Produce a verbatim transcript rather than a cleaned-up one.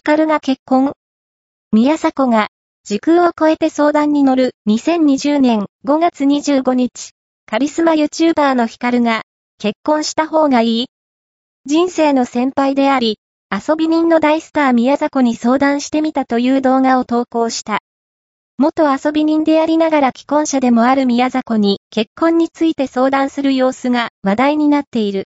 カルが結婚。宮迫が時空を超えて相談に乗るにせんにじゅうねんごがつにじゅうごにち、カリスマ YouTuber のヒカルが結婚した方がいい？人生の先輩であり、遊び人の大スター宮迫に相談してみたという動画を投稿した。元遊び人でありながら既婚者でもある宮迫に結婚について相談する様子が話題になっている。